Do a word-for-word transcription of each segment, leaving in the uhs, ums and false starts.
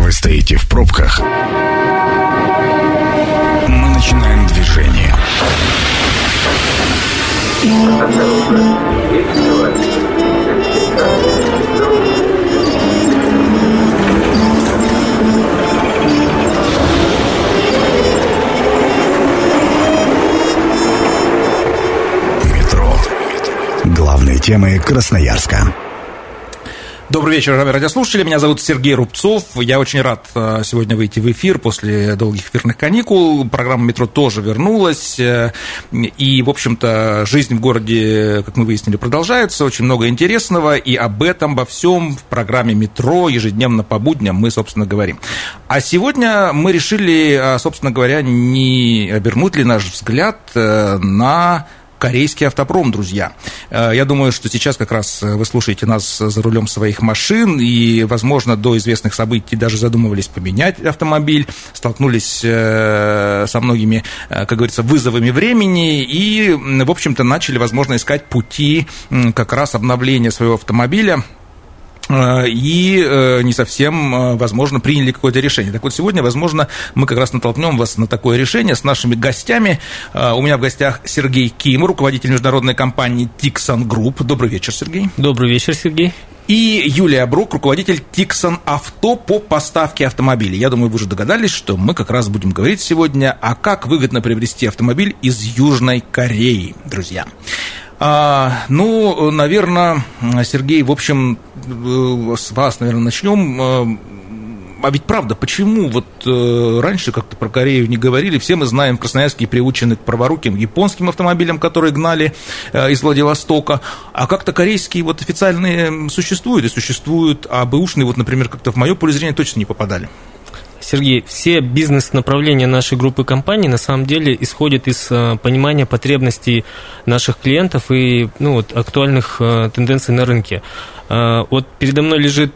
Вы стоите в пробках. Мы начинаем движение. Метро. Главные темы Красноярска. Добрый вечер, радиослушатели. Меня зовут Сергей Рубцов. Я очень рад сегодня выйти в эфир после долгих эфирных каникул. Программа «Метро» тоже вернулась. И, в общем-то, жизнь в городе, как мы выяснили, продолжается. Очень много интересного. И об этом, обо всем в программе «Метро» ежедневно по будням мы, собственно, говорим. А сегодня мы решили, собственно говоря, не обернуть ли наш взгляд на корейский автопром, друзья. Я думаю, что сейчас как раз вы слушаете нас за рулем своих машин и, возможно, до известных событий даже задумывались поменять автомобиль, столкнулись со многими, как говорится, вызовами времени и, в общем-то, начали, возможно, искать пути как раз обновления своего автомобиля. И не совсем, возможно, приняли какое-то решение. Так вот, сегодня, возможно, мы как раз натолкнем вас на такое решение с нашими гостями. У меня в гостях Сергей Ким, руководитель международной компании Tixon Group. Добрый вечер, Сергей. Добрый вечер, Сергей. И Юлия Брук, руководитель Tixon Авто по поставке автомобилей. Я думаю, вы уже догадались, что мы как раз будем говорить сегодня о как выгодно приобрести автомобиль из Южной Кореи, друзья. А, ну, наверное, Сергей, в общем, с вас, наверное, начнем. А ведь правда, почему вот раньше как-то про Корею не говорили? Все мы знаем, в Красноярске приучены к праворуким японским автомобилям, которые гнали из Владивостока. А как-то корейские вот официальные существуют и существуют, а бэушные, вот, например, как-то в мое поле зрения точно не попадали. Сергей, все бизнес-направления нашей группы компаний на самом деле исходят из понимания потребностей наших клиентов и ну, вот, актуальных тенденций на рынке. Вот передо мной лежит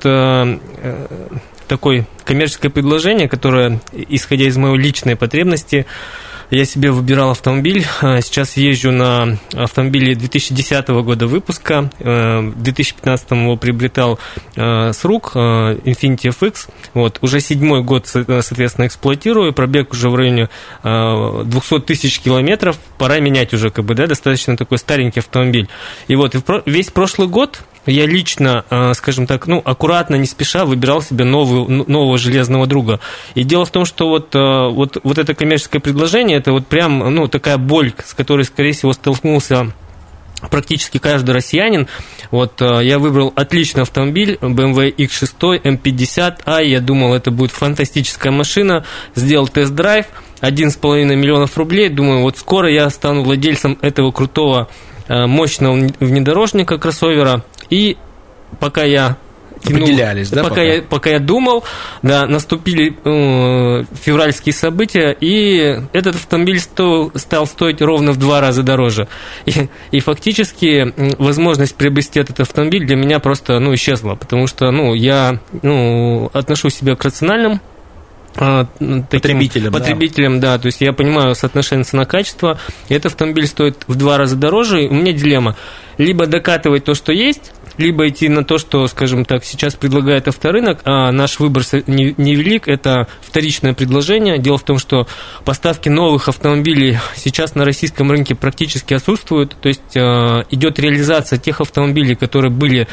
такое коммерческое предложение, которое, исходя из моей личной потребности, я себе выбирал автомобиль. Сейчас езжу на автомобиле две тысячи десятого года выпуска. В две тысячи пятнадцатом его приобретал с рук, Infiniti эф икс. Вот, уже седьмой год, соответственно, эксплуатирую. Пробег уже в районе двести тысяч километров. Пора менять уже, как бы, да, достаточно такой старенький автомобиль. И вот и весь прошлый год я лично, скажем так, ну, аккуратно, не спеша выбирал себе новую, нового железного друга. И дело в том, что вот, вот, вот это коммерческое предложение, это вот прям, ну, такая боль, с которой, скорее всего, столкнулся практически каждый россиянин. Вот я выбрал отличный автомобиль, бэ эм вэ икс шесть эм пятьдесят ай. Я думал, это будет фантастическая машина. Сделал тест-драйв, один с половиной миллионов рублей. Думаю, вот скоро я стану владельцем этого крутого, мощного внедорожника, кроссовера. И пока я тянул, определялись, да? Пока, пока? Я, пока я думал, да, наступили э, февральские события, и этот автомобиль сто, стал стоить ровно в два раза дороже. И, и фактически возможность приобрести этот автомобиль для меня просто ну, исчезла, потому что ну, я ну, отношу себя к рациональным Таким потребителям, потребителям да. да, то есть я понимаю соотношение цена-качество, и этот автомобиль стоит в два раза дороже, и у меня дилемма: либо докатывать то, что есть, либо идти на то, что, скажем так, сейчас предлагает авторынок, а наш выбор невелик, это вторичное предложение. Дело в том, что поставки новых автомобилей сейчас на российском рынке практически отсутствуют, то есть идет реализация тех автомобилей, которые были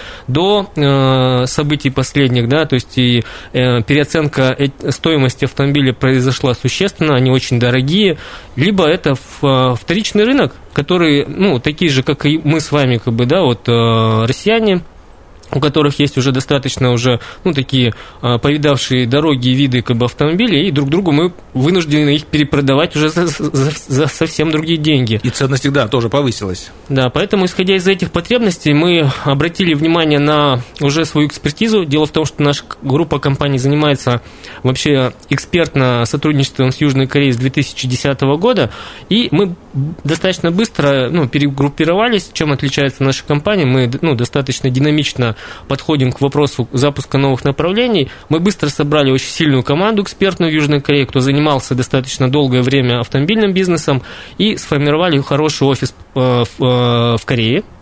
до событий последних, да, то есть и переоценка стоимости автомобиля произошла существенно, они очень дорогие, либо это вторичный рынок, которые, ну, такие же, как и мы с вами, как бы, да, вот э, россияне, у которых есть уже достаточно уже, ну, такие э, повидавшие дороги и виды, как бы, автомобилей, и друг другу мы вынуждены их перепродавать уже за, за, за совсем другие деньги. И ценность, да, тоже повысилась. Да, поэтому, исходя из этих потребностей, мы обратили внимание на уже свою экспертизу. Дело в том, что наша группа компаний занимается вообще экспертно сотрудничеством с Южной Кореей с две тысячи десятого года, и мы достаточно быстро, ну, перегруппировались. Чем отличается наша компания? Мы, ну, достаточно динамично подходим к вопросу запуска новых направлений. Мы быстро собрали очень сильную команду экспертную в Южной Корее, кто занимался достаточно долгое время автомобильным бизнесом, и сформировали хороший офис в Корее.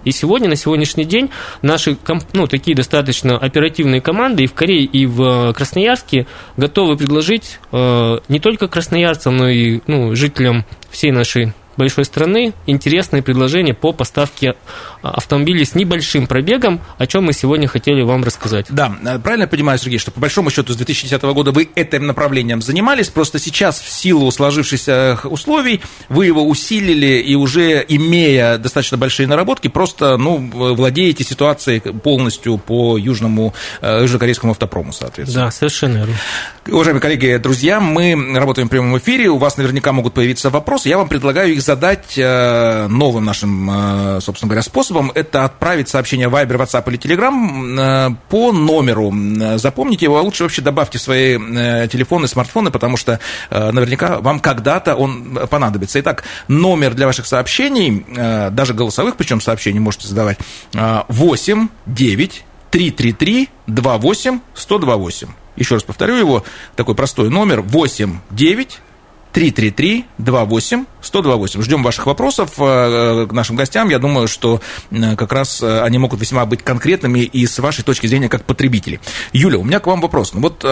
И сегодня, на сегодняшний день, наши ну, такие достаточно оперативные команды и в Корее, и в Красноярске готовы предложить э, не только красноярцам, но и ну, жителям всей нашей большой страны интересные предложения по поставке автомобилей с небольшим пробегом, о чем мы сегодня хотели вам рассказать. Да, правильно я понимаю, Сергей, что по большому счету с две тысячи десятого года вы этим направлением занимались, просто сейчас в силу сложившихся условий вы его усилили и уже имея достаточно большие наработки, просто ну, владеете ситуацией полностью по южному, южнокорейскому автопрому, соответственно. Да, совершенно верно. Уважаемые коллеги, друзья, мы работаем в прямом эфире, у вас наверняка могут появиться вопросы, я вам предлагаю их задать новым нашим, собственно говоря, способом. Это отправить сообщение в Viber, WhatsApp или Telegram по номеру. Запомните его, а лучше вообще добавьте в свои телефоны, смартфоны, потому что наверняка вам когда-то он понадобится. Итак, номер для ваших сообщений, даже голосовых, причем сообщений можете задавать, восемь девять три три три два восемь сто два восемь. Еще раз повторю его, такой простой номер восемь девять три три три два восемь сто два восемь. Ждем ваших вопросов к нашим гостям. Я думаю, что как раз они могут весьма быть конкретными и с вашей точки зрения как потребители. Юля, у меня к вам вопрос. Ну вот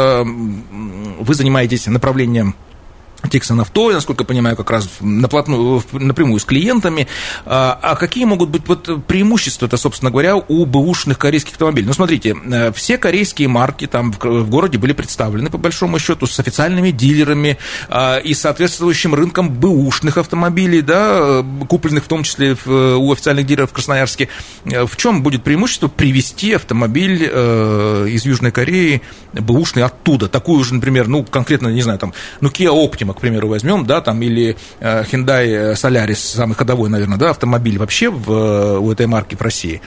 вы занимаетесь направлением Tixan Auto, насколько я понимаю, как раз наплотную, напрямую с клиентами. А какие могут быть вот преимущества-то, собственно говоря, у бэушных корейских автомобилей? Ну, смотрите, все корейские марки там в городе были представлены, по большому счету, с официальными дилерами и соответствующим рынком бэушных автомобилей, да, купленных в том числе у официальных дилеров в Красноярске. В чем будет преимущество привезти автомобиль из Южной Кореи, бэушный, оттуда? Такую же, например, ну, конкретно, не знаю, там, ну, Kia Optima, к примеру, возьмем, да, там, или Hyundai Solaris, самый ходовой, наверное, да, автомобиль вообще в, у этой марки в России.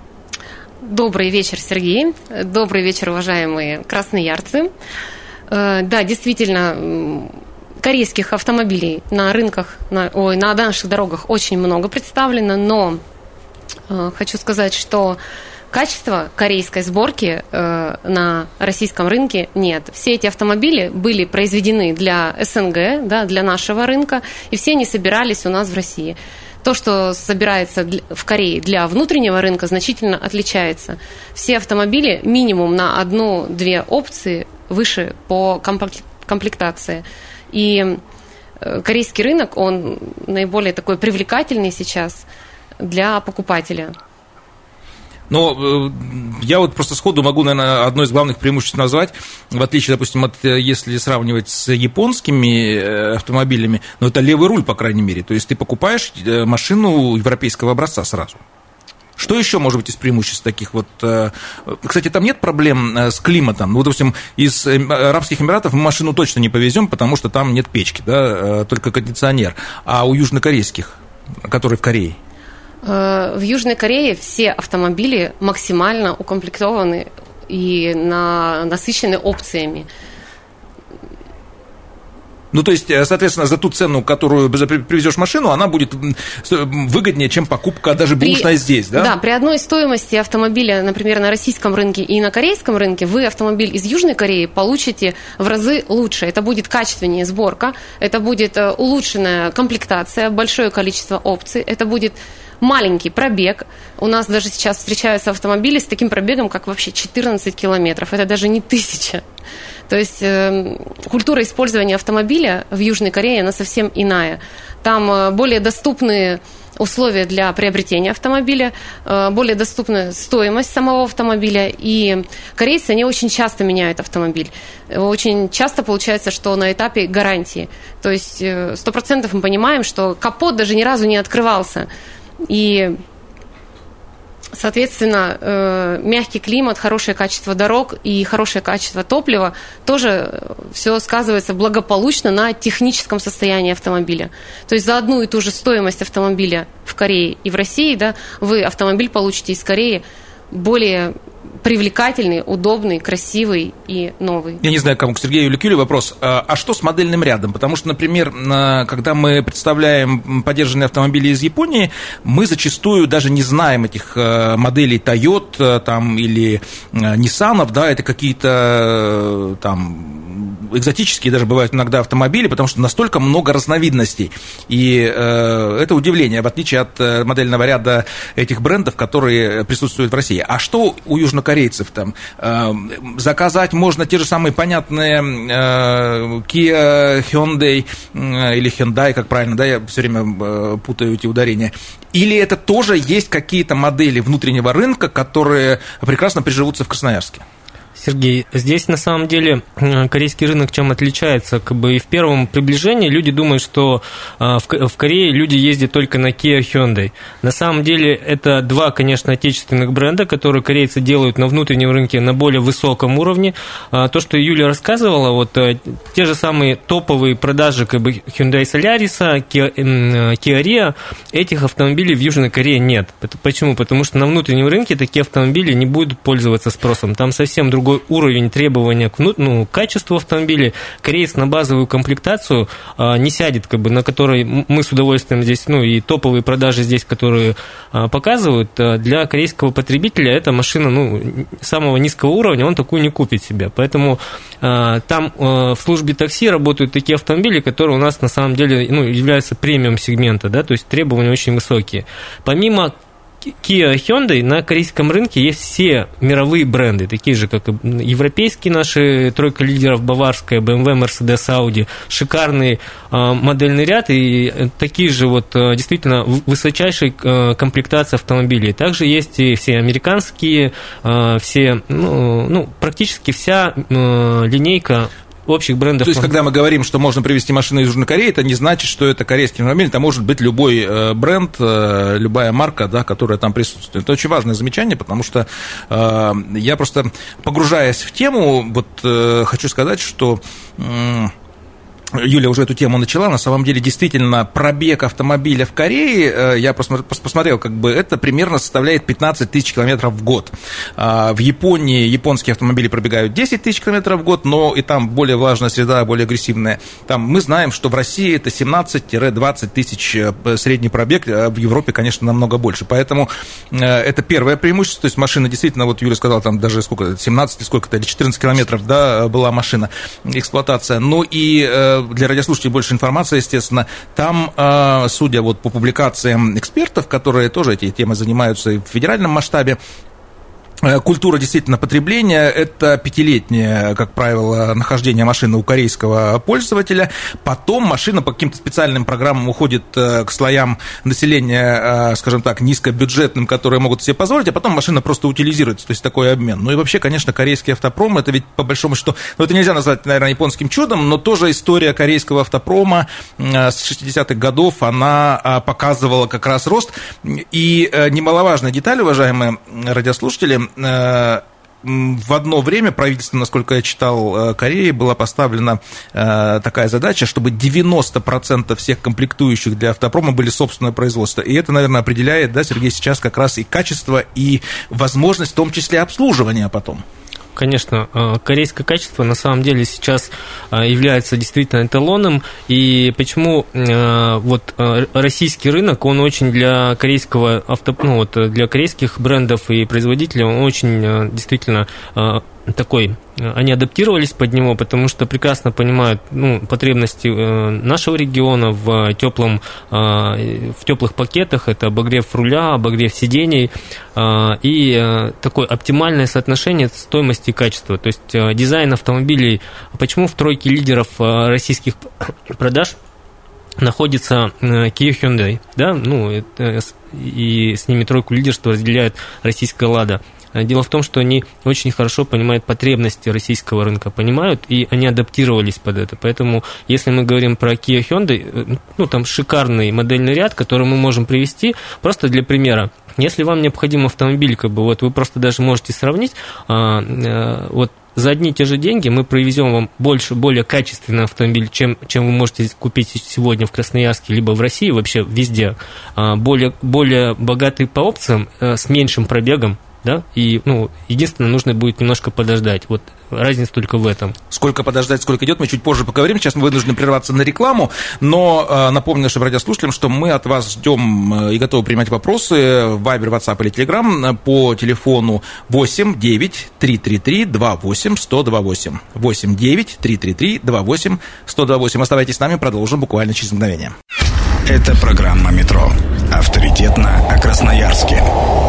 Добрый вечер, Сергей. Добрый вечер, уважаемые красноярцы. Да, действительно, корейских автомобилей на рынках, на, ой, на наших дорогах очень много представлено, но хочу сказать, что качества корейской сборки э, на российском рынке нет. Все эти автомобили были произведены для СНГ, да, для нашего рынка, и все они собирались у нас в России. То, что собирается в Корее для внутреннего рынка, значительно отличается. Все автомобили минимум на одну-две опции выше по комплектации. И корейский рынок, он наиболее такой привлекательный сейчас для покупателя. Но я вот просто сходу могу, наверное, одно из главных преимуществ назвать, в отличие, допустим, от, если сравнивать с японскими автомобилями, ну, это левый руль, по крайней мере, то есть ты покупаешь машину европейского образца сразу. Что еще может быть из преимуществ таких вот? Кстати, там нет проблем с климатом. Ну, допустим, из Арабских Эмиратов мы машину точно не повезем, потому что там нет печки, да, только кондиционер. А у южнокорейских, которые в Корее? В Южной Корее все автомобили максимально укомплектованы и на, насыщены опциями. Ну, то есть, соответственно, за ту цену, которую привезешь машину, она будет выгоднее, чем покупка даже бэушная здесь, да? Да, при одной стоимости автомобиля, например, на российском рынке и на корейском рынке, вы автомобиль из Южной Кореи получите в разы лучше. Это будет качественнее сборка, это будет улучшенная комплектация, большое количество опций, это будет маленький пробег. У нас даже сейчас встречаются автомобили с таким пробегом, как вообще четырнадцать километров. Это даже не тысяча. То есть э, культура использования автомобиля в Южной Корее, она совсем иная. Там э, более доступные условия для приобретения автомобиля, э, более доступная стоимость самого автомобиля. И корейцы, они очень часто меняют автомобиль. Очень часто получается, что на этапе гарантии. То есть сто процентов мы понимаем, что капот даже ни разу не открывался. И, соответственно, мягкий климат, хорошее качество дорог и хорошее качество топлива тоже все сказывается благополучно на техническом состоянии автомобиля. То есть за одну и ту же стоимость автомобиля в Корее и в России, да, вы автомобиль получите из Кореи более привлекательный, удобный, красивый и новый. Я не знаю, кому, к Сергею или к Юле вопрос. А что с модельным рядом? Потому что, например, когда мы представляем подержанные автомобили из Японии, мы зачастую даже не знаем этих моделей Toyota там, или Nissan, да, это какие-то там экзотические даже бывают иногда автомобили, потому что настолько много разновидностей. И э, это удивление, в отличие от модельного ряда этих брендов, которые присутствуют в России. А что у южнокорейцев там? Э, заказать можно те же самые понятные э, Kia, Hyundai э, или Hyundai, как правильно, да, я все время э, путаю эти ударения. Или это тоже есть какие-то модели внутреннего рынка, которые прекрасно приживутся в Красноярске? Сергей, здесь на самом деле корейский рынок чем отличается? Как бы и в первом приближении люди думают, что в Корее люди ездят только на Kia, Hyundai. На самом деле это два, конечно, отечественных бренда, которые корейцы делают на внутреннем рынке на более высоком уровне. То, что Юля рассказывала, вот те же самые топовые продажи как бы Hyundai Solaris, Kia, Kia Rio, этих автомобилей в Южной Корее нет. Почему? Потому что на внутреннем рынке такие автомобили не будут пользоваться спросом. Там совсем другой уровень требования к ну, качеству автомобиля. Кореец на базовую комплектацию а, не сядет, как бы, на которой мы с удовольствием здесь, ну и топовые продажи здесь, которые а, показывают, а, для корейского потребителя эта машина ну, самого низкого уровня, он такую не купит себе. Поэтому а, там а, в службе такси работают такие автомобили, которые у нас на самом деле ну, являются премиум сегмента, да, то есть требования очень высокие. Помимо Kia, Hyundai на корейском рынке есть все мировые бренды, такие же, как и европейские наши, тройка лидеров, баварская, бэ эм вэ, Mercedes, Audi, шикарный э, модельный ряд и такие же вот э, действительно высочайшие э, комплектации автомобилей. Также есть и все американские, э, все, ну, ну, практически вся э, линейка общих брендов. То есть, когда мы говорим, что можно привезти машину из Южной Кореи, это не значит, что это корейский автомобиль, это может быть любой бренд, любая марка, да, которая там присутствует. Это очень важное замечание, потому что э, я просто, погружаясь в тему, вот э, хочу сказать, что... Э, Юля уже эту тему начала, на самом деле действительно пробег автомобиля в Корее, я посмотрел, как бы это примерно составляет пятнадцать тысяч километров в год. В Японии японские автомобили пробегают десять тысяч километров в год, но и там более влажная среда, более агрессивная. Там мы знаем, что в России это семнадцать-двадцать тысяч средний пробег, а в Европе, конечно, намного больше. Поэтому это первое преимущество, то есть машина действительно, вот Юля сказала, там даже сколько, семнадцать или сколько-то, или четырнадцать километров, да, была машина, эксплуатация. Ну и для радиослушателей больше информации, естественно. Там, судя вот по публикациям экспертов, которые тоже эти темы занимаются и в федеральном масштабе, культура действительно потребления – это пятилетнее, как правило, нахождение машины у корейского пользователя. Потом машина по каким-то специальным программам уходит к слоям населения, скажем так, низкобюджетным, которые могут себе позволить, а потом машина просто утилизируется, то есть такой обмен. Ну и вообще, конечно, корейский автопром – это ведь по большому счету, ну это нельзя назвать, наверное, японским чудом, но тоже история корейского автопрома с шестидесятых годов, она показывала как раз рост. И немаловажная деталь, уважаемые радиослушатели, в одно время правительство, насколько я читал, Кореи была поставлена такая задача, чтобы девяносто процентов всех комплектующих для автопрома были собственное производство. И это, наверное, определяет, да, Сергей, сейчас как раз и качество, и возможность, в том числе, обслуживания потом. Конечно, корейское качество на самом деле сейчас является действительно эталоном, и почему вот российский рынок, он очень для корейского авто, ну, вот для корейских брендов и производителей, он очень действительно такой, они адаптировались под него, потому что прекрасно понимают ну, потребности нашего региона в теплом, в теплых пакетах, это обогрев руля, обогрев сидений и такое оптимальное соотношение стоимости и качества. То есть дизайн автомобилей, почему в тройке лидеров российских продаж находится Kia, Hyundai, да, ну, и с ними тройку лидерства разделяет российская «Лада». Дело в том, что они очень хорошо понимают потребности российского рынка, понимают, и они адаптировались под это. Поэтому, если мы говорим про Kia, Hyundai, ну, там шикарный модельный ряд, который мы можем привести, просто для примера. Если вам необходим автомобиль, как бы, вот вы просто даже можете сравнить, а, а, вот, за одни и те же деньги мы привезем вам больше, более качественный автомобиль, чем, чем вы можете купить сегодня в Красноярске, либо в России, вообще везде. Более, более богатый по опциям, с меньшим пробегом, да, и, ну, единственное, нужно будет немножко подождать, вот разница только в этом. Сколько подождать, сколько идет, мы чуть позже поговорим, сейчас мы вынуждены прерваться на рекламу, но э, напомню нашим радиослушателям, что мы от вас ждем и готовы принимать вопросы в Viber, WhatsApp или Telegram по телефону восемь девять три три три два восемь сто два восемь, восемь девять три три три два восемь сто два восемь. Оставайтесь с нами, продолжим буквально через мгновение. Это программа «Метро». Авторитетно о Красноярске.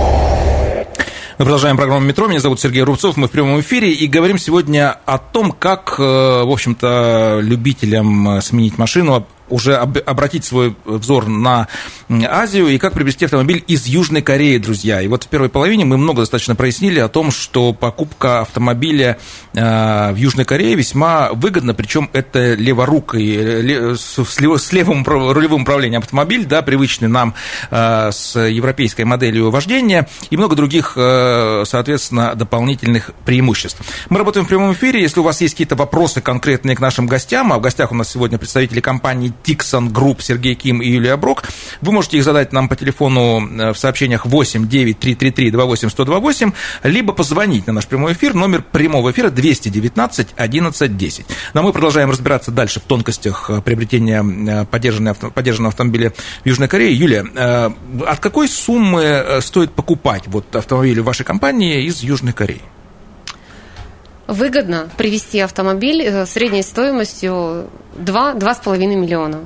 Мы продолжаем программу «Метро». Меня зовут Сергей Рубцов. Мы в прямом эфире и говорим сегодня о том, как, в общем-то, любителям сменить машину уже обратить свой взор на Азию и как приобрести автомобиль из Южной Кореи, друзья. И вот в первой половине мы много достаточно прояснили о том, что покупка автомобиля в Южной Корее весьма выгодна, причем это леворукой, с левым рулевым управлением автомобиль, да, привычный нам с европейской моделью вождения и много других, соответственно, дополнительных преимуществ. Мы работаем в прямом эфире. Если у вас есть какие-то вопросы конкретные к нашим гостям, а в гостях у нас сегодня представители компании Tixon Group Сергей Ким и Юлия Брок. Вы можете их задать нам по телефону в сообщениях восемь девять три три три два восемь сто два восемь, либо позвонить на наш прямой эфир, номер прямого эфира двести девятнадцать одиннадцать десять. Но мы продолжаем разбираться дальше в тонкостях приобретения подержанного автомобиля в Южной Корее. Юлия, от какой суммы стоит покупать вот автомобиль в вашей компании из Южной Кореи? Выгодно привезти автомобиль средней стоимостью два-два с половиной миллиона.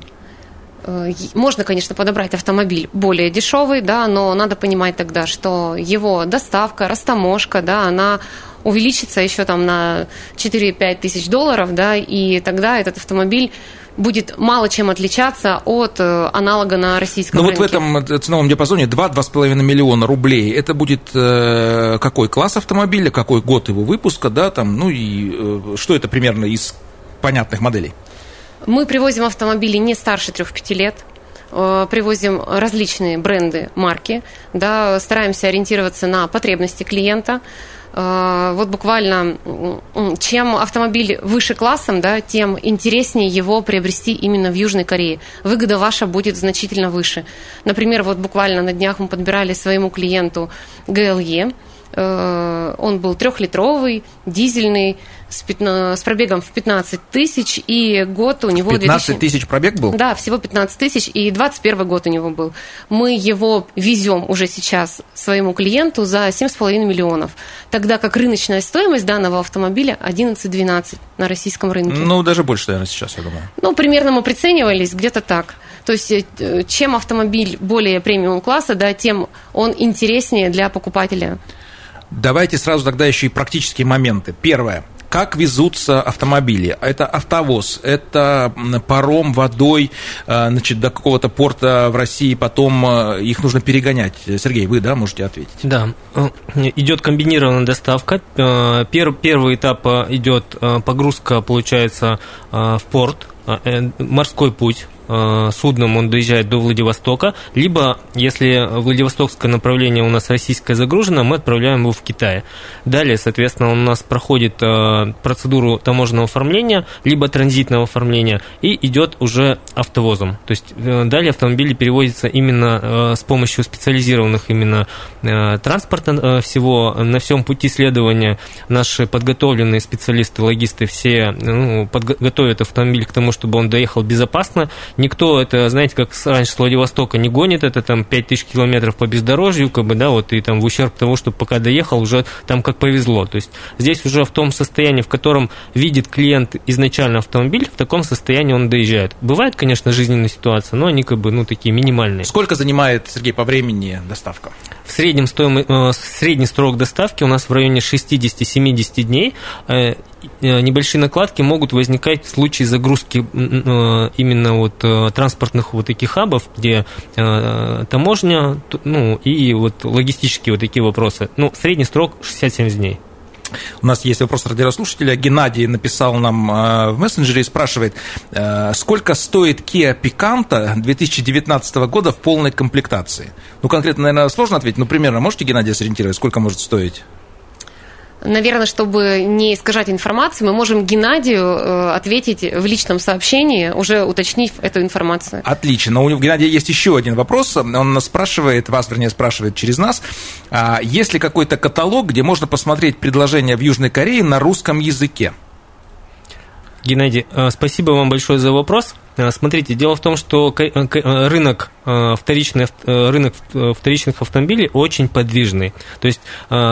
Можно, конечно, подобрать автомобиль более дешевый, да, но надо понимать тогда, что его доставка, растаможка, да, она увеличится еще там на четыре-пять тысяч долларов, да, и тогда этот автомобиль будет мало чем отличаться от аналога на российском рынке. Ну вот в этом ценовом диапазоне два-два с половиной миллиона рублей. Это будет э, какой класс автомобиля, какой год его выпуска, да, там, ну и э, что это примерно из понятных моделей? Мы привозим автомобили не старше трех-пяти лет. Привозим различные бренды, марки, да, стараемся ориентироваться на потребности клиента. Вот буквально, чем автомобиль выше классом, да, тем интереснее его приобрести именно в Южной Корее. Выгода ваша будет значительно выше. Например, вот буквально на днях мы подбирали своему клиенту джи эл и. Он был трехлитровый, дизельный, с, пятна... с пробегом в пятнадцать тысяч, и год у него... пятнадцать тысяч пробег был? Да, всего пятнадцать тысяч, и двадцать первый год у него был. Мы его везем уже сейчас своему клиенту за семь с половиной миллионов, тогда как рыночная стоимость данного автомобиля одиннадцать-двенадцать на российском рынке. Ну, даже больше, наверное, сейчас, я думаю. Ну, примерно мы приценивались где-то так. То есть, чем автомобиль более премиум-класса, да, тем он интереснее для покупателя. Давайте сразу тогда еще и практические моменты. Первое. Как везутся автомобили? Это автовоз, это паром водой, значит, до какого-то порта в России, потом их нужно перегонять. Сергей, вы, да, можете ответить? Да, идет комбинированная доставка. Первый этап идет погрузка, получается, в порт, морской путь. Судном он доезжает до Владивостока, либо, если владивостокское направление у нас российское загружено, мы отправляем его в Китай. Далее, соответственно, он у нас проходит процедуру таможенного оформления, либо транзитного оформления, и идет уже автовозом. То есть далее автомобили перевозятся именно с помощью специализированных именно транспорта всего. На всем пути следования наши подготовленные специалисты, логисты все, ну, подготовят автомобиль к тому, чтобы он доехал безопасно. Никто это, знаете, как раньше с Владивостока не гонит, это там пять тысяч километров по бездорожью, как бы, да, вот, и там в ущерб того, чтобы пока доехал, уже там как повезло. То есть здесь уже в том состоянии, в котором видит клиент изначально автомобиль, в таком состоянии он доезжает. Бывает, конечно, жизненная ситуация, но они как бы, ну, такие минимальные. Сколько занимает, Сергей, по времени доставка? В среднем стоимость, э, средний срок доставки у нас в районе шестьдесят-семьдесят дней. Э, небольшие накладки могут возникать в случае загрузки э, именно вот э, транспортных вот таких хабов, где э, таможня, ну, и вот логистические вот такие вопросы. Ну, средний срок шестьдесят-семьдесят дней. У нас есть вопрос от радиослушателя. Геннадий написал нам в мессенджере и спрашивает, сколько стоит Kia Picanto две тысячи девятнадцатого года в полной комплектации? Ну, конкретно, наверное, сложно ответить, но примерно можете, Геннадий, сориентировать, сколько может стоить? Наверное, чтобы не искажать информацию, мы можем Геннадию ответить в личном сообщении, уже уточнив эту информацию. Отлично. Но у Геннадия есть еще один вопрос. Он спрашивает, вас, вернее, спрашивает через нас, есть ли какой-то каталог, где можно посмотреть предложения в Южной Корее на русском языке? Геннадий, спасибо вам большое за вопрос. Смотрите, дело в том, что рынок, вторичный, рынок вторичных автомобилей очень подвижный. То есть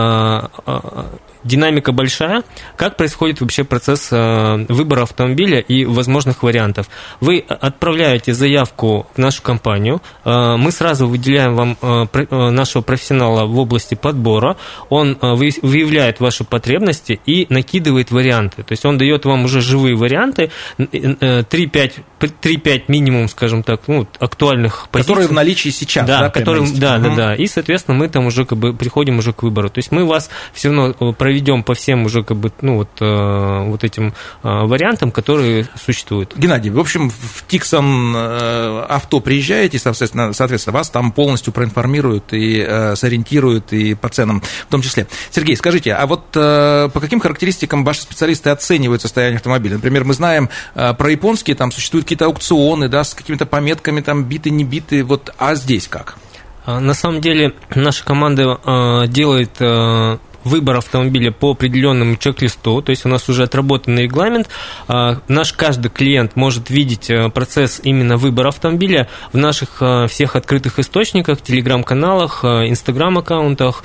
динамика большая. Как происходит вообще процесс выбора автомобиля и возможных вариантов? Вы отправляете заявку в нашу компанию, мы сразу выделяем вам нашего профессионала в области подбора, он выявляет ваши потребности и накидывает варианты. То есть он дает вам уже живые варианты, три-пять минимум, скажем так, ну, актуальных позиций. Которые в наличии сейчас, да? Да, которые, да, угу. да, да. И, соответственно, мы там уже как бы приходим уже к выбору. То есть мы вас все равно проведем по всем уже как бы, ну, вот, вот этим вариантам, которые существуют. Геннадий, в общем, в Тиксон авто приезжаете, соответственно, соответственно, вас там полностью проинформируют и сориентируют, и по ценам в том числе. Сергей, скажите, а вот по каким характеристикам ваши специалисты оценивают состояние автомобиля? Например, мы знаем про японские, там существуют какие-то аукционы, да, с какими-то пометками, там, биты, не биты, вот, а здесь как? На самом деле, наша команда э, делает э, выбор автомобиля по определенному чек-листу, то есть у нас уже отработанный регламент. Наш каждый клиент может видеть процесс именно выбора автомобиля в наших всех открытых источниках, телеграм-каналах, инстаграм-аккаунтах,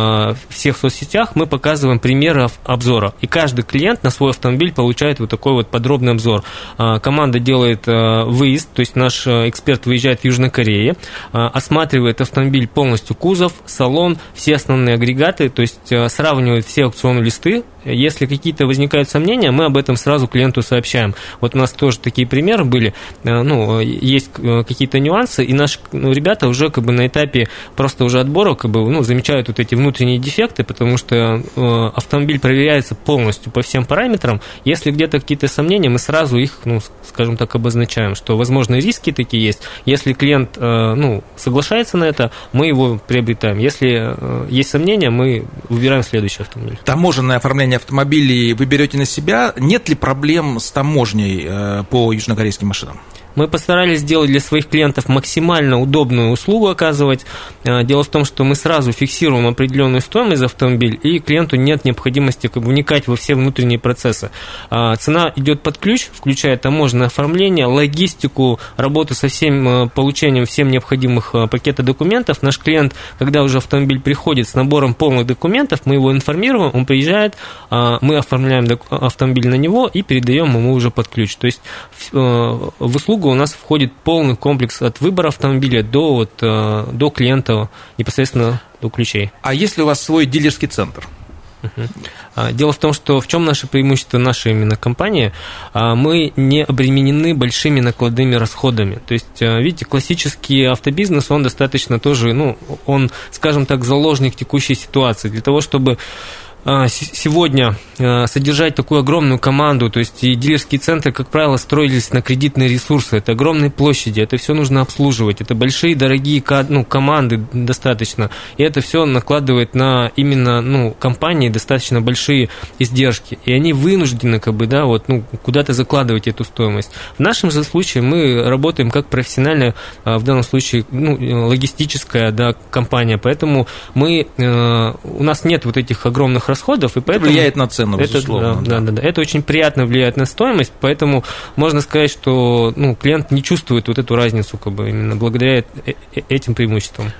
всех соцсетях. Мы показываем примеры обзора, и каждый клиент на свой автомобиль получает вот такой вот подробный обзор. Команда делает выезд, то есть наш эксперт выезжает в Южной Корее, осматривает автомобиль полностью, кузов, салон, все основные агрегаты, то есть сравнивает все аукционные листы. Если какие-то возникают сомнения, мы об этом сразу клиенту сообщаем. Вот у нас тоже такие примеры были. Ну, есть какие-то нюансы, и наши ну, ребята уже как бы на этапе просто уже отбора как бы, ну, замечают вот эти внутренние дефекты, потому что автомобиль проверяется полностью по всем параметрам. Если где-то какие-то сомнения, мы сразу их, ну, скажем так, обозначаем, что возможные риски такие есть. Если клиент ну, соглашается на это, мы его приобретаем. Если есть сомнения, мы выбираем следующий автомобиль. Таможенное оформление автомобилей вы берете на себя. Нет ли проблем с таможней э, по южнокорейским машинам? Мы постарались сделать для своих клиентов максимально удобную услугу оказывать. Дело в том, что мы сразу фиксируем определенную стоимость за автомобиль, и клиенту нет необходимости как бы вникать во все внутренние процессы. Цена идет под ключ, включая таможенное оформление, логистику, работу со всем получением всем необходимых пакета документов. Наш клиент, когда уже автомобиль приходит с набором полных документов, мы его информируем, он приезжает, мы оформляем автомобиль на него и передаем ему уже под ключ. То есть в услугу у нас входит полный комплекс от выбора автомобиля до, вот, до клиента, непосредственно до ключей. А есть ли у вас свой дилерский центр? Uh-huh. Дело в том, что в чем наше преимущество нашей именно компании, мы не обременены большими накладными расходами. То есть, видите, классический автобизнес, он достаточно тоже, ну, он, скажем так, заложник текущей ситуации. Для того, чтобы сегодня содержать такую огромную команду, то есть и дилерские центры, как правило, строились на кредитные ресурсы, это огромные площади, это все нужно обслуживать, это большие, дорогие ну, команды достаточно, и это все накладывает на именно ну, компании достаточно большие издержки, и они вынуждены как бы, да, вот, ну, куда-то закладывать эту стоимость. В нашем же случае мы работаем как профессиональная, в данном случае, ну, логистическая, да, компания, поэтому мы, у нас нет вот этих огромных расходов, и поэтому... Это влияет на цену, это, безусловно. Да, да. Да, да, это очень приятно влияет на стоимость, поэтому можно сказать, что ну, клиент не чувствует вот эту разницу как бы, именно благодаря этим преимуществам.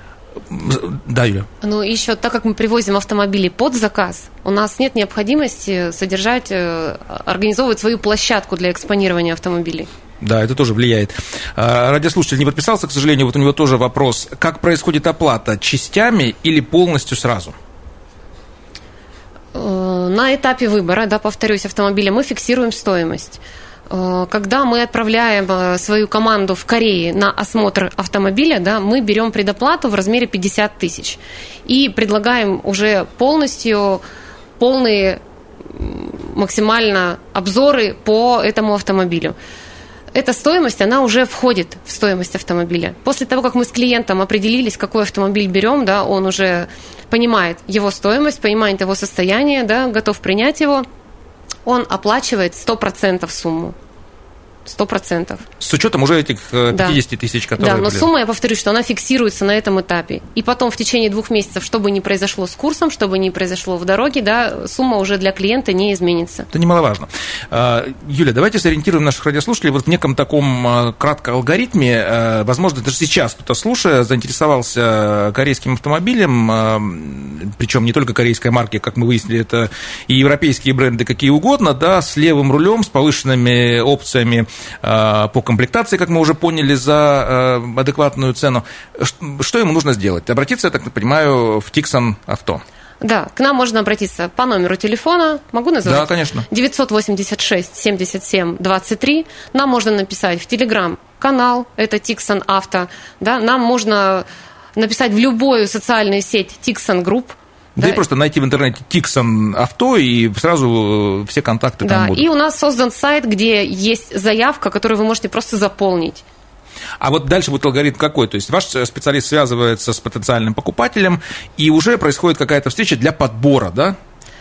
Да, Юля. Ну, еще, так как мы привозим автомобили под заказ, у нас нет необходимости содержать, организовывать свою площадку для экспонирования автомобилей. Да, это тоже влияет. Радиослушатель не подписался, к сожалению, вот у него тоже вопрос. Как происходит оплата, частями или полностью сразу? На этапе выбора, да, повторюсь, автомобиля мы фиксируем стоимость. Когда мы отправляем свою команду в Корее на осмотр автомобиля, да, мы берем предоплату в размере пятьдесят тысяч и предлагаем уже полностью полные максимально обзоры по этому автомобилю. эта стоимость, она уже входит в стоимость автомобиля. После того, как мы с клиентом определились, какой автомобиль берем, да, он уже понимает его стоимость, понимает его состояние, да, готов принять его, он оплачивает сто процентов сумму. Сто процентов. С учетом уже этих пятьдесят тысяч, которые... Да, но были. сумма, я повторюсь, что она фиксируется на этом этапе. И потом в течение двух месяцев, чтобы не произошло с курсом, чтобы не произошло в дороге, да, сумма уже для клиента не изменится. Это немаловажно. Юля, давайте сориентируем наших радиослушателей вот в неком таком кратком алгоритме. Возможно, даже сейчас кто-то, слушая, заинтересовался корейским автомобилем, причем не только корейской марки, как мы выяснили, это и европейские бренды, какие угодно, да, с левым рулем, с повышенными опциями по комплектации, как мы уже поняли, за адекватную цену. Что ему нужно сделать? Обратиться, я так понимаю, в Tixan Авто. Да, к нам можно обратиться по номеру телефона. Могу назвать? Да, конечно. девятьсот восемьдесят шесть семьдесят семь двадцать три. Нам можно написать в Telegram-канал, это Tixan Авто. Да, нам можно написать в любую социальную сеть Tixan Group. Да, да, и просто найти в интернете Tixan Авто, и сразу все контакты да, там будут. И у нас создан сайт, где есть заявка, которую вы можете просто заполнить. А вот дальше будет алгоритм какой? То есть ваш специалист связывается с потенциальным покупателем, и уже происходит какая-то встреча для подбора, да?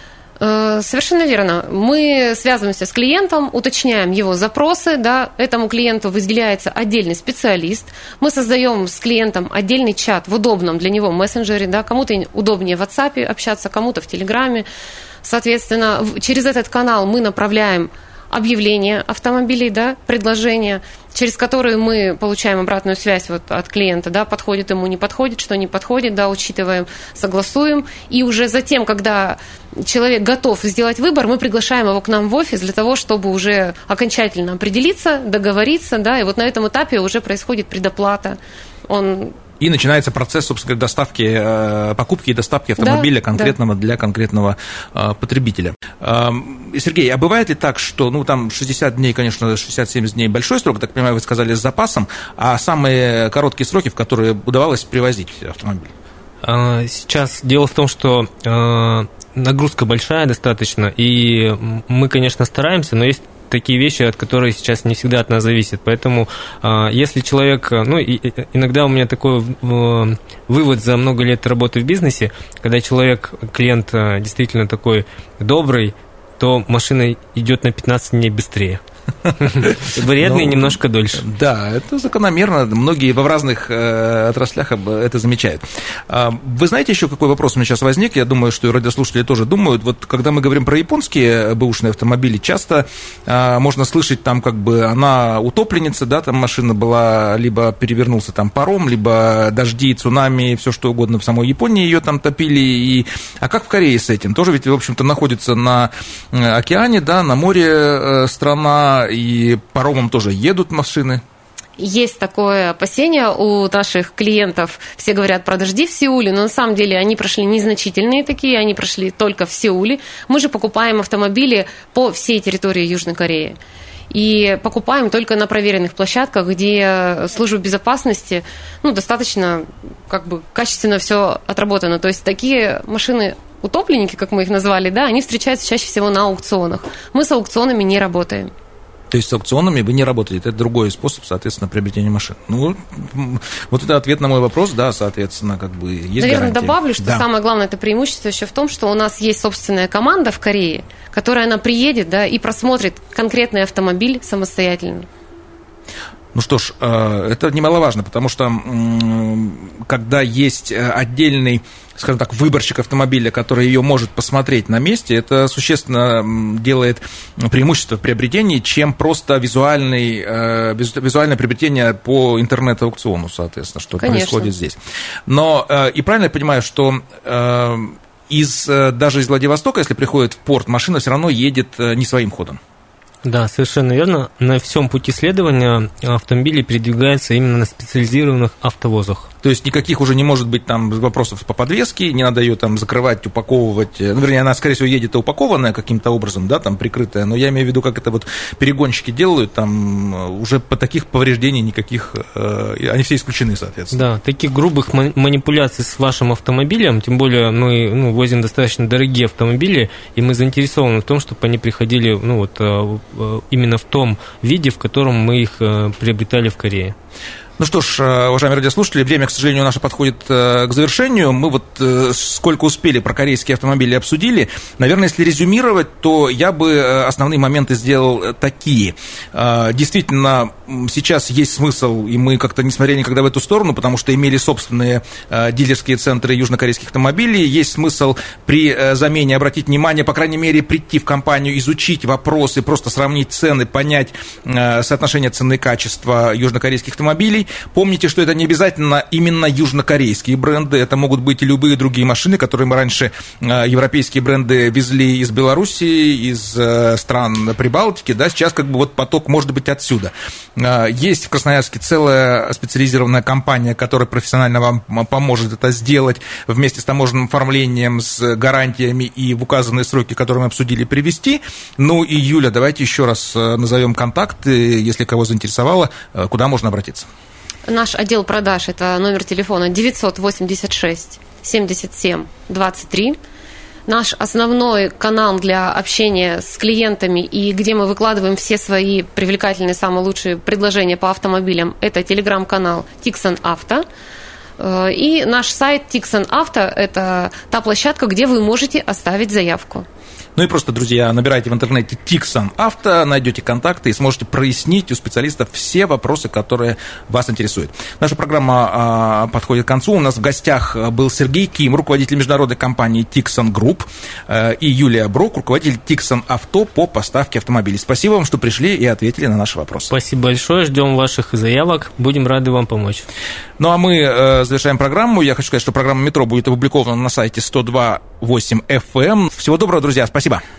Совершенно верно. Мы связываемся с клиентом, уточняем его запросы, да, этому клиенту выделяется отдельный специалист, мы создаем с клиентом отдельный чат в удобном для него мессенджере, да, кому-то удобнее в WhatsApp общаться, кому-то в Телеграме. Соответственно, через этот канал мы направляем объявления автомобилей, да, предложения, через которые мы получаем обратную связь вот от клиента, да, подходит ему, не подходит, что не подходит, да, учитываем, согласуем. И уже затем, когда человек готов сделать выбор, мы приглашаем его к нам в офис для того, чтобы уже окончательно определиться, договориться, да, и вот на этом этапе уже происходит предоплата. Он... И начинается процесс, собственно говоря, доставки, покупки и доставки автомобиля да, конкретного да. для конкретного потребителя. Сергей, а бывает ли так, что, ну, там шестьдесят дней, конечно, шестьдесят-семьдесят дней большой срок, так понимаю, вы сказали, с запасом, а самые короткие сроки, в которые удавалось привозить автомобиль? Сейчас дело в том, что нагрузка большая достаточно, и мы, конечно, стараемся, но есть такие вещи, от которых сейчас не всегда от нас зависят. Поэтому, если человек... Ну, и, иногда у меня такой вывод за много лет работы в бизнесе, когда человек, клиент действительно такой добрый, то машина идет на пятнадцать дней быстрее. Вредный ну, немножко дольше. Да, это закономерно. Многие в разных э, отраслях это замечают. А, вы знаете еще, какой вопрос у меня сейчас возник? Я думаю, что и радиослушатели тоже думают. Вот когда мы говорим про японские бэушные автомобили, часто а, можно слышать там, как бы она утопленница, да, там машина была, либо перевернулся там паром, либо дожди, цунами, все что угодно. В самой Японии ее там топили. И... А как в Корее с этим? Тоже ведь, в общем-то, находится на океане, да, на море страна, и паромом тоже едут машины. Есть такое опасение у наших клиентов. Все говорят про дожди в Сеуле, но на самом деле они прошли незначительные такие, они прошли только в Сеуле. Мы же покупаем автомобили по всей территории Южной Кореи. И покупаем только на проверенных площадках, где служба безопасности, ну, достаточно как бы качественно все отработано. То есть такие машины, утопленники, как мы их назвали, да, они встречаются чаще всего на аукционах. Мы с аукционами не работаем. То есть с аукционами вы не работаете, это другой способ, соответственно, приобретения машин. Ну, вот это ответ на мой вопрос, да, соответственно, как бы есть Наверное, гарантия. Добавлю, что да. самое главное, это преимущество еще в том, что у нас есть собственная команда в Корее, которая она приедет, да, и просмотрит конкретный автомобиль самостоятельно. Ну что ж, это немаловажно, потому что когда есть отдельный, скажем так, выборщик автомобиля, который ее может посмотреть на месте, это существенно делает преимущество в приобретении, чем просто визуальный, визуальное приобретение по интернет-аукциону, соответственно, что Конечно. происходит здесь. Но и правильно я понимаю, что из, даже из Владивостока, если приходит в порт, машина все равно едет не своим ходом? Да, совершенно верно. На всем пути следования автомобили передвигаются именно на специализированных автовозах. То есть никаких уже не может быть там вопросов по подвеске, не надо ее там закрывать, упаковывать. Ну, вернее, она, скорее всего, едет упакованная каким-то образом, да, там прикрытая. Но я имею в виду, как это вот перегонщики делают, там уже по таких повреждений никаких, э, они все исключены, соответственно. Да, таких грубых манипуляций с вашим автомобилем, тем более мы ну, возим достаточно дорогие автомобили, и мы заинтересованы в том, чтобы они приходили, ну вот, именно в том виде, в котором мы их приобретали в Корее. Ну что ж, уважаемые радиослушатели, время, к сожалению, наше подходит к завершению. Мы вот сколько успели про корейские автомобили обсудили. Наверное, если резюмировать, то я бы основные моменты сделал такие. Действительно, сейчас есть смысл, и мы как-то не смотрели никогда в эту сторону, потому что имели собственные дилерские центры южнокорейских автомобилей. Есть смысл при замене обратить внимание, по крайней мере, прийти в компанию, изучить вопросы, просто сравнить цены, понять соотношение цены и качества южнокорейских автомобилей. Помните, что это не обязательно именно южнокорейские бренды, это могут быть и любые другие машины, которые мы раньше, европейские бренды, везли из Белоруссии, из стран Прибалтики, да, сейчас как бы вот поток может быть отсюда. Есть в Красноярске целая специализированная компания, которая профессионально вам поможет это сделать вместе с таможенным оформлением, с гарантиями и в указанные сроки, которые мы обсудили, привезти. Ну и, Юля, давайте еще раз назовем контакты, если кого заинтересовало, куда можно обратиться. Наш отдел продаж – это номер телефона девятьсот восемьдесят шесть семьдесят семь двадцать три. Наш основной канал для общения с клиентами и где мы выкладываем все свои привлекательные, самые лучшие предложения по автомобилям – это телеграм-канал Tixan Auto. И наш сайт Tixan Auto – это та площадка, где вы можете оставить заявку. Ну и просто, друзья, набирайте в интернете Tixan Auto, найдете контакты и сможете прояснить у специалистов все вопросы, которые вас интересуют. Наша программа а, подходит к концу. У нас в гостях был Сергей Ким, руководитель международной компании Tixan Group, а, и Юлия Брок, руководитель Tixan Auto по поставке автомобилей. Спасибо вам, что пришли и ответили на наши вопросы. Спасибо большое, ждем ваших заявок, будем рады вам помочь. Ну а мы э, завершаем программу. Я хочу сказать, что программа «Метро» будет опубликована на сайте сто два и восемь эф эм. Всего доброго, друзья, спасибо.